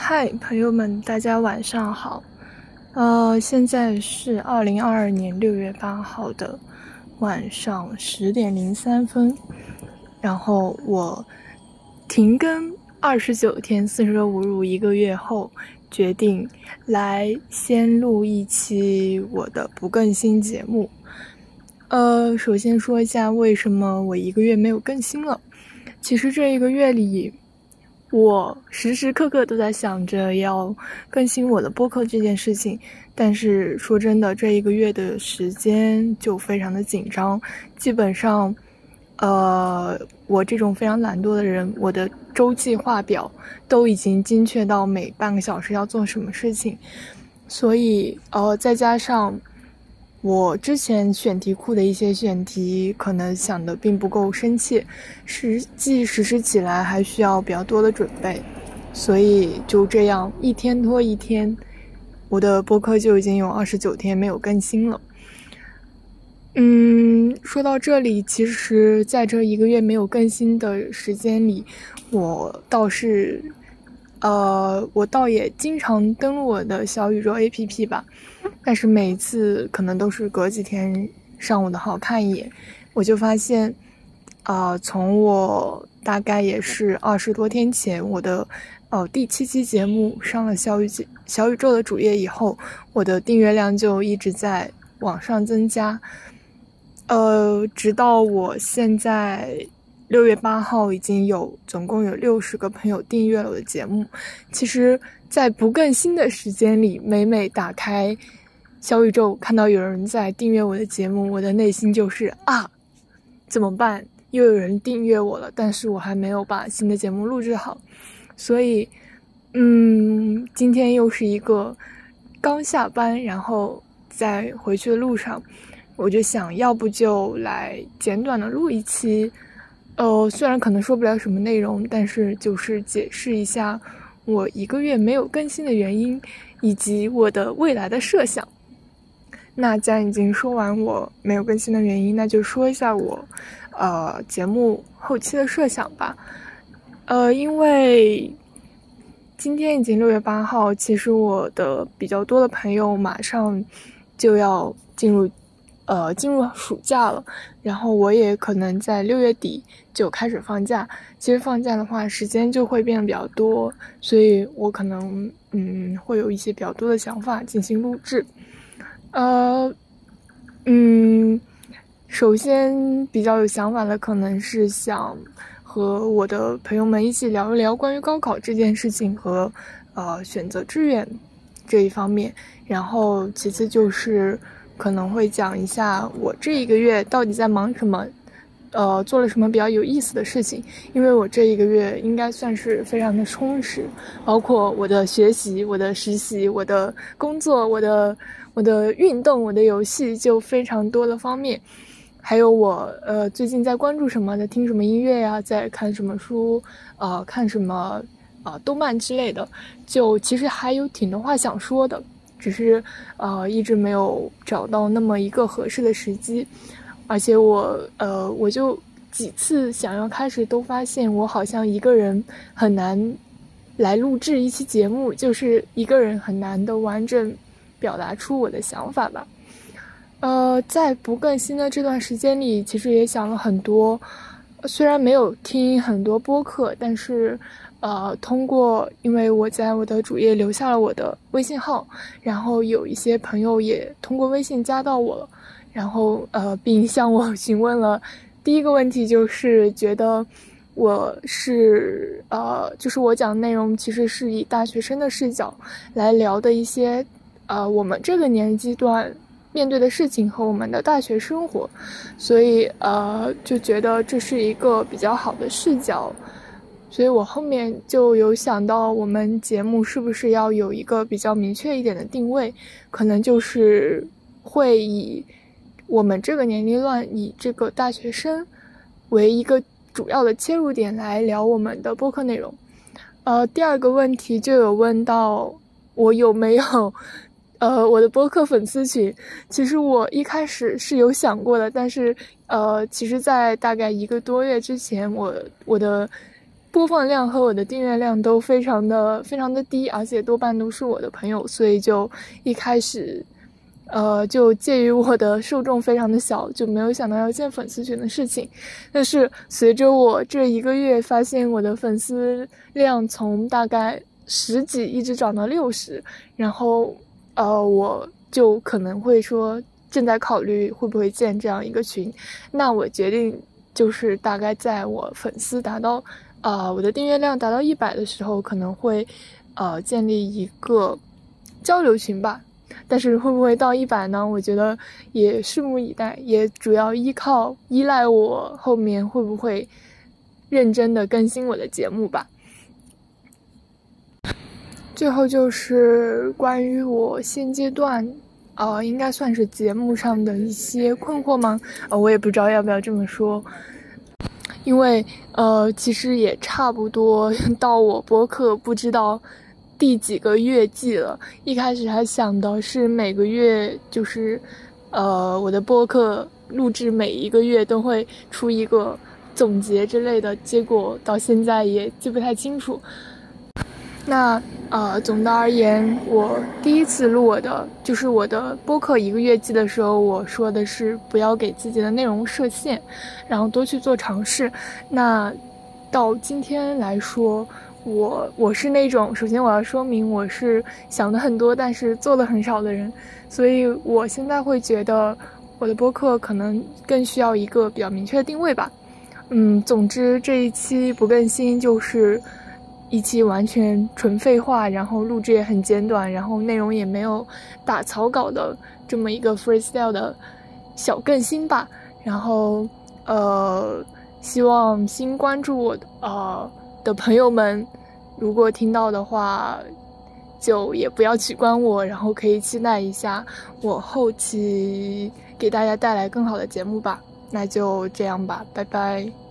嗨，朋友们，大家晚上好。现在是2022年6月8号的晚上10:03，然后我停更29天45日1个月后，决定来先录一期我的不更新节目。首先说一下为什么我1个月没有更新了。其实这1个月里，我时时刻刻都在想着要更新我的播客这件事情，但是说真的，这1个月的时间就非常的紧张。基本上我这种非常懒惰的人，我的周计划表都已经精确到每半个小时要做什么事情，所以再加上我之前选题库的一些选题可能想的并不够深切，实施起来还需要比较多的准备，所以就这样一天拖一天，我的播客就已经有29天没有更新了。说到这里，其实在这1个月没有更新的时间里，我倒也经常登录我的小宇宙 APP 吧，但是每一次可能都是隔几天上我的号看一眼，我就发现从我大概也是20多天前我的第7期节目上了小宇宙的主页以后，我的订阅量就一直在往上增加，直到我现在6月8号已经总共有60个朋友订阅了我的节目。其实在不更新的时间里，每打开小宇宙看到有人在订阅我的节目，我的内心就是怎么办？又有人订阅我了，但是我还没有把新的节目录制好。所以今天又是一个刚下班然后在回去的路上，我就想要不就来简短的录一期，虽然可能说不了什么内容，但是就是解释一下我1个月没有更新的原因，以及我的未来的设想。那既然已经说完我没有更新的原因，那就说一下我节目后期的设想吧。因为今天已经6月8号，其实我的比较多的朋友马上就要进入暑假了，然后我也可能在6月底就开始放假。其实放假的话时间就会变得比较多，所以我可能会有一些比较多的想法进行录制。首先比较有想法的可能是想和我的朋友们一起聊一聊关于高考这件事情和选择志愿这一方面，然后其次就是可能会讲一下我这1个月到底在忙什么，做了什么比较有意思的事情。因为我这1个月应该算是非常的充实，包括我的学习、我的实习、我的工作、我的运动、我的游戏，就非常多的方面。还有我最近在关注什么，在听什么音乐呀，在看什么书，看什么动漫之类的，就其实还有挺多话想说的，只是一直没有找到那么一个合适的时机。而且我就几次想要开始都发现我好像一个人很难来录制一期节目，就是一个人很难的完整表达出我的想法吧。在不更新的这段时间里，其实也想了很多，虽然没有听很多播客，但是因为我在我的主页留下了我的微信号，然后有一些朋友也通过微信加到我了，然后并向我询问了第一个问题，就是觉得我是就是我讲的内容其实是以大学生的视角来聊的一些我们这个年纪段面对的事情和我们的大学生活，所以就觉得这是一个比较好的视角。所以我后面就有想到我们节目是不是要有一个比较明确一点的定位，可能就是会以我们这个年龄段以这个大学生为一个主要的切入点来聊我们的播客内容。第二个问题就有问到我有没有我的播客粉丝群。其实我一开始是有想过的，但是其实在大概1个多月之前，我的播放量和我的订阅量都非常的低，而且多半都是我的朋友，所以就一开始就介于我的受众非常的小，就没有想到要建粉丝群的事情。但是随着我这1个月发现我的粉丝量从大概10几一直涨到60，然后我就可能会说正在考虑会不会建这样一个群。那我决定就是大概在我粉丝达到我的订阅量达到100的时候，可能会建立一个交流群吧。但是会不会到100呢？我觉得也拭目以待，也主要依赖我后面会不会认真的更新我的节目吧。最后就是关于我现阶段应该算是节目上的一些困惑吗？我也不知道要不要这么说，因为其实也差不多到我播客不知道第几个月季了。一开始还想的是每个月就是我的播客录制每一个月都会出一个总结之类的，结果到现在也记不太清楚。那总的而言，我第一次录我的播客1个月季的时候，我说的是不要给自己的内容设限，然后多去做尝试。那到今天来说，我是那种，首先我要说明我是想的很多，但是做的很少的人，所以我现在会觉得我的播客可能更需要一个比较明确的定位吧。总之这一期不更新就是一期完全纯废话，然后录制也很简短，然后内容也没有打草稿的这么一个 freestyle 的小更新吧。然后希望新关注我的朋友们，如果听到的话就也不要取关我，然后可以期待一下我后期给大家带来更好的节目吧。那就这样吧，拜拜。